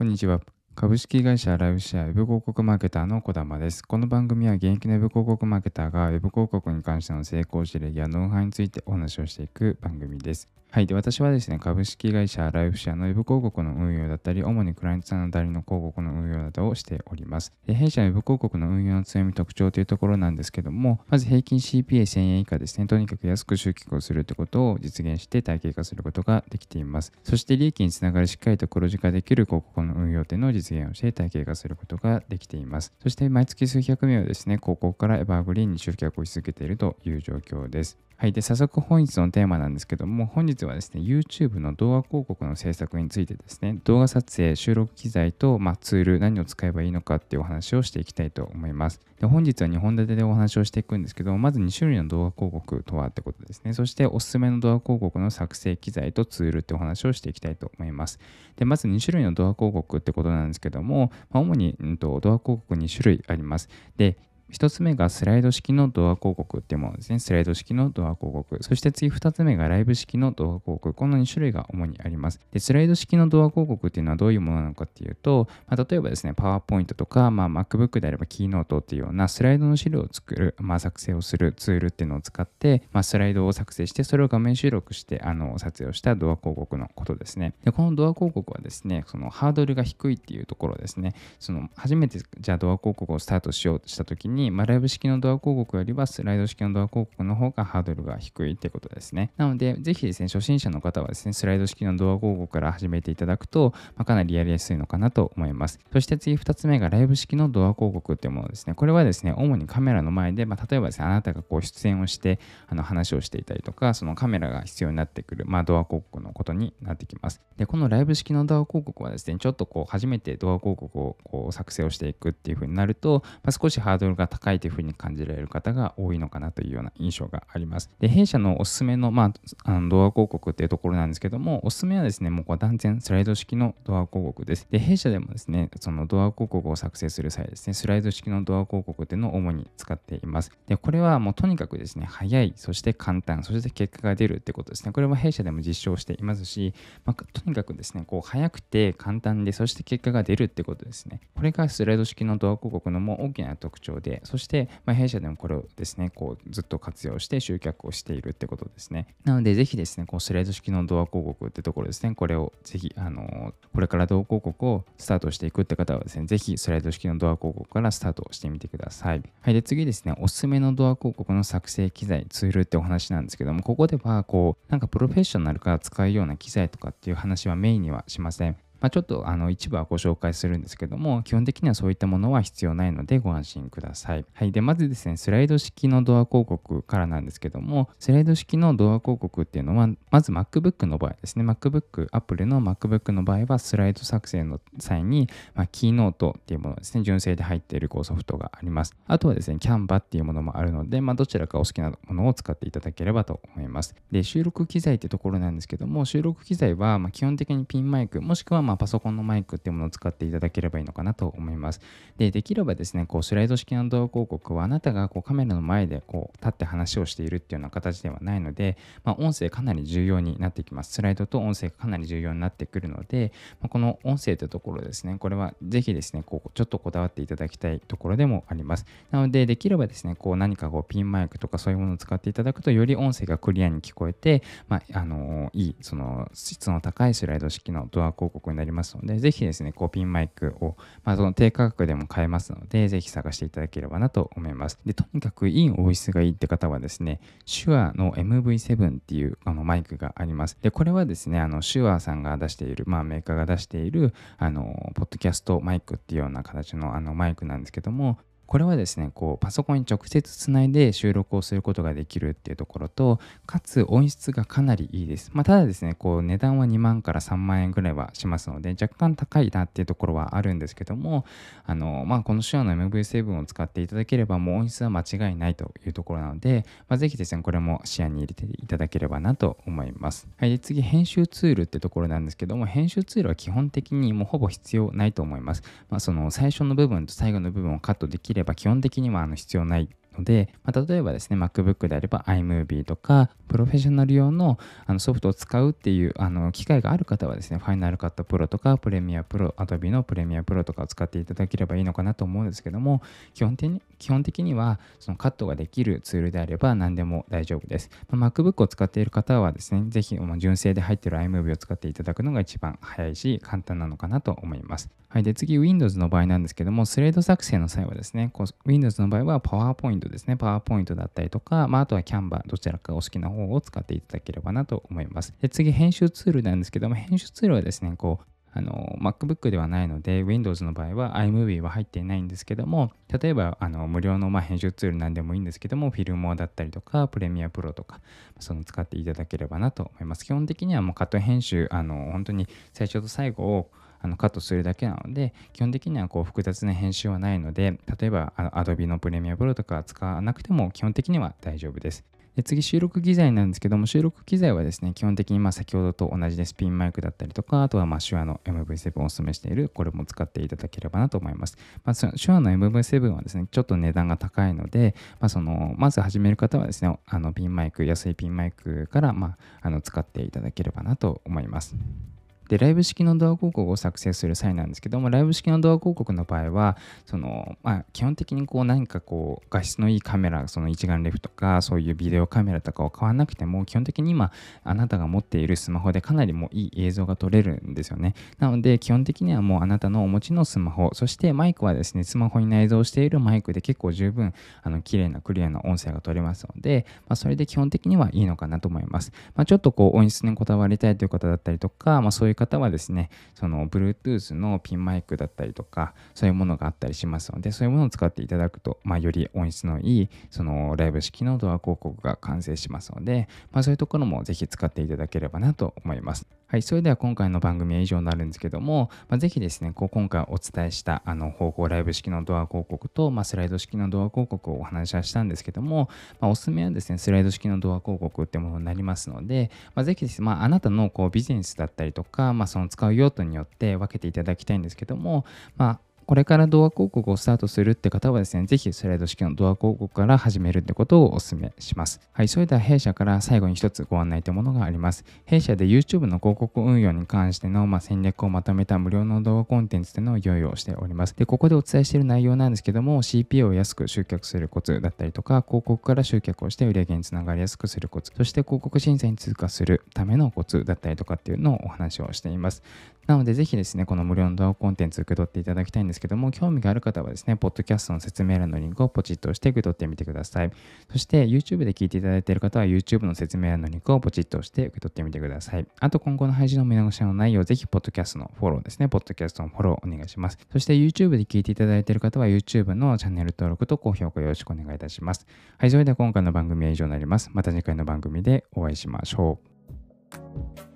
こんにちは。株式会社ライフシェアウェブ広告マーケターの小玉です。この番組は現役のウェブ広告マーケターがウェブ広告に関しての成功事例やノウハウについてお話をしていく番組です。はい。で、私はですね、株式会社ライフシェアのウェブ広告の運用だったり、主にクライアントさんの代理の広告の運用などをしております。で、弊社のウェブ広告の運用の強み特徴というところなんですけども、まず平均 CPA1000 円以下ですね、とにかく安く集客をするということを実現して体系化することができています。そして利益につながるしっかりと黒字化できる広告の運用というのを実現をして体系化することができています。そして毎月数百名をですね、広告からエバーグリーンに集客をし続けているという状況です。はい。で、早速本日のテーマなんですけども、本日はですね、YouTube の動画広告の制作についてですね、動画撮影、収録機材と、ツール、何を使えばいいのかっていうお話をしていきたいと思います。で、本日は2本立てでお話をしていくんですけど、まず2種類の動画広告とはってことですね。そしておすすめの動画広告の作成機材とツールってお話をしていきたいと思います。で、まず2種類の動画広告ってことなんですけども、主に、動画広告2種類あります。で、一つ目がスライド式の動画広告っていうものですね。スライド式の動画広告。そして次二つ目がライブ式の動画広告。この2種類が主にあります。で、スライド式の動画広告っていうのはどういうものなのかっていうと、例えばですね、パワーポイントとか、MacBook であればキーノートっていうようなスライドの資料を作る、作成をするツールっていうのを使って、スライドを作成して、それを画面収録して、撮影をした動画広告のことですね。で、この動画広告はですね、そのハードルが低いっていうところですね。初めてじゃあ動画広告をスタートしようとしたときに、ライブ式の動画広告よりはスライド式の動画広告の方がハードルが低いってことですね。なので、ぜひですね、初心者の方はですね、スライド式の動画広告から始めていただくと、かなりやりやすいのかなと思います。そして次2つ目がライブ式の動画広告っていうものですね。これはですね、主にカメラの前で、例えばですね、あなたが出演をして、話をしていたりとか、そのカメラが必要になってくる、動画広告のことになってきます。で、このライブ式の動画広告はですね、ちょっと初めて動画広告を作成をしていくっていう風になると、少しハードルが高いという風に感じられる方が多いのかなというような印象があります。で、弊社のおすすめの、動画広告っていうところなんですけども、おすすめはですね、もう断然スライド式の動画広告です。で、弊社でもですね、その動画広告を作成する際ですね、スライド式の動画広告っていうのを主に使っています。で、これはもうとにかくですね、早い、そして簡単、そして結果が出るってことですね。これは弊社でも実証していますし、とにかくですね、早くて簡単で、そして結果が出るってことですね。これがスライド式の動画広告のも大きな特徴で、そして、弊社でもこれをですね、ずっと活用して集客をしているってことですね。なので、ぜひですね、スライド式の動画広告ってところですね、これをぜひ、これから動画広告をスタートしていくって方はですね、ぜひスライド式の動画広告からスタートしてみてください。はい。で、次ですね、おすすめの動画広告の作成機材、ツールってお話なんですけども、ここでは、プロフェッショナルが使うような機材とかっていう話はメインにはしません。ちょっと一部はご紹介するんですけども、基本的にはそういったものは必要ないのでご安心ください。はい。で、まずですね、スライド式の動画広告からなんですけども、スライド式の動画広告っていうのは、まず MacBook の場合ですね、Apple の MacBook の場合は、スライド作成の際に、キーノートっていうものですね、純正で入っているソフトがあります。あとはですね、Canva っていうものもあるので、どちらかお好きなものを使っていただければと思います。で、収録機材ってところなんですけども、収録機材は基本的にピンマイク、もしくはパソコンのマイクっていうものを使っていただければいいのかなと思います。で、できればですね、スライド式の動画広告はあなたがカメラの前で立って話をしているっていうような形ではないので、音声かなり重要になってきます。スライドと音声がかなり重要になってくるので、この音声というところですね、これはぜひですね、ちょっとこだわっていただきたいところでもあります。なので、できればですね、何かピンマイクとかそういうものを使っていただくと、より音声がクリアに聞こえて、いい、質の高いスライド式の動画広告になりますので、ぜひですね、ピンマイクを、その低価格でも買えますので、ぜひ探していただければなと思います。で、とにかくいい音質がいいって方はですね、手話の MV7 っていうマイクがあります。で、これはですね、手話さんが出している、メーカーが出している、ポッドキャストマイクっていうような形のマイクなんですけども、これはですね、パソコンに直接つないで収録をすることができるっていうところと、かつ音質がかなりいいです。ただですね、値段は2万から3万円ぐらいはしますので、若干高いなっていうところはあるんですけども、この手話の MV7 を使っていただければ、もう音質は間違いないというところなので、ぜひですね、これも視野に入れていただければなと思います。はい。で、次、編集ツールってところなんですけども、編集ツールは基本的にもうほぼ必要ないと思います。その最初の部分と最後の部分をカットできれば基本的には必要ないので、例えばですね、MacBook であれば iMovie とか、プロフェッショナル用のソフトを使うっていう機会がある方はですね、Final Cut Pro とか、Premiere Pro、Adobe の Premiere Pro とかを使っていただければいいのかなと思うんですけども、基本的にはそのカットができるツールであれば何でも大丈夫です。MacBook を使っている方はですね、ぜひ純正で入っている iMovie を使っていただくのが一番早いし、簡単なのかなと思います。はい。で、次、Windows の場合なんですけども、スレード作成の際はですね、Windows の場合は PowerPoint ですね。PowerPoint だったりとか、あとは Canva、どちらかお好きな方を使っていただければなと思います。で、次、編集ツールなんですけども、編集ツールはですね、MacBook ではないので、Windows の場合は iMovie は入っていないんですけども、例えば無料の編集ツールなんでもいいんですけども、Filmora だったりとか、Premiere Pro とか、使っていただければなと思います。基本的にはもうカット編集、本当に最初と最後をカットするだけなので、基本的には複雑な編集はないので、例えばAdobe の Premiere Pro とか使わなくても基本的には大丈夫です。で、次、収録機材なんですけども、収録機材はですね、基本的に先ほどと同じでスピンマイクだったりとか、あとは手話の MV7 をお勧めしている、これも使っていただければなと思います。手話の MV7 はですね、ちょっと値段が高いので、まず始める方はですね、ピンマイク、安いピンマイクから、使っていただければなと思います。で、ライブ式のドア広告を作成する際なんですけども、ライブ式のドア広告の場合は、基本的に何か画質のいいカメラ、その一眼レフとか、そういうビデオカメラとかを買わなくても、基本的に今、あなたが持っているスマホでかなりもういい映像が撮れるんですよね。なので、基本的にはもうあなたのお持ちのスマホ、そしてマイクはですね、スマホに内蔵しているマイクで結構十分、綺麗なクリアな音声が取れますので、それで基本的にはいいのかなと思います。ちょっと音質にこだわりたいという方だったりとか、そういう方はですね、Bluetooth のピンマイクだったりとか、そういうものがあったりしますので、そういうものを使っていただくと、より音質のいい、ライブ式のドア広告が完成しますので、そういうところもぜひ使っていただければなと思います。はい、それでは今回の番組は以上になるんですけども、ぜひですね、今回お伝えした方法、ライブ式のドア広告と、スライド式のドア広告をお話はしたんですけども、おすすめはですね、スライド式のドア広告ってものになりますので、ぜひですね、あなたのビジネスだったりとか、その使う用途によって分けていただきたいんですけども、これからドア広告をスタートするって方はですね、ぜひスライド式のドア広告から始めるってことをお勧めします。はい、それでは弊社から最後に一つご案内というものがあります。弊社で YouTube の広告運用に関しての、戦略をまとめた無料の動画コンテンツというのを用意をしております。で、ここでお伝えしている内容なんですけども、CPA を安く集客するコツだったりとか、広告から集客をして売上につながりやすくするコツ、そして広告審査に通過するためのコツだったりとかっていうのをお話をしています。なので、ぜひですね、この無料の動画コンテンツ受け取っていただきたいんですけども、興味がある方はですね、ポッドキャストの説明欄のリンクをポチッと押して受け取ってみてください。そして、YouTube で聞いていただいている方は、YouTube の説明欄のリンクをポチッと押して受け取ってみてください。あと、今後の配信の見逃しのないよう、ぜひ、ポッドキャストのフォローですね、ポッドキャストのフォローお願いします。そして、YouTube で聞いていただいている方は、YouTube のチャンネル登録と高評価よろしくお願いいたします。はい、それでは今回の番組は以上になります。また次回の番組でお会いしましょう。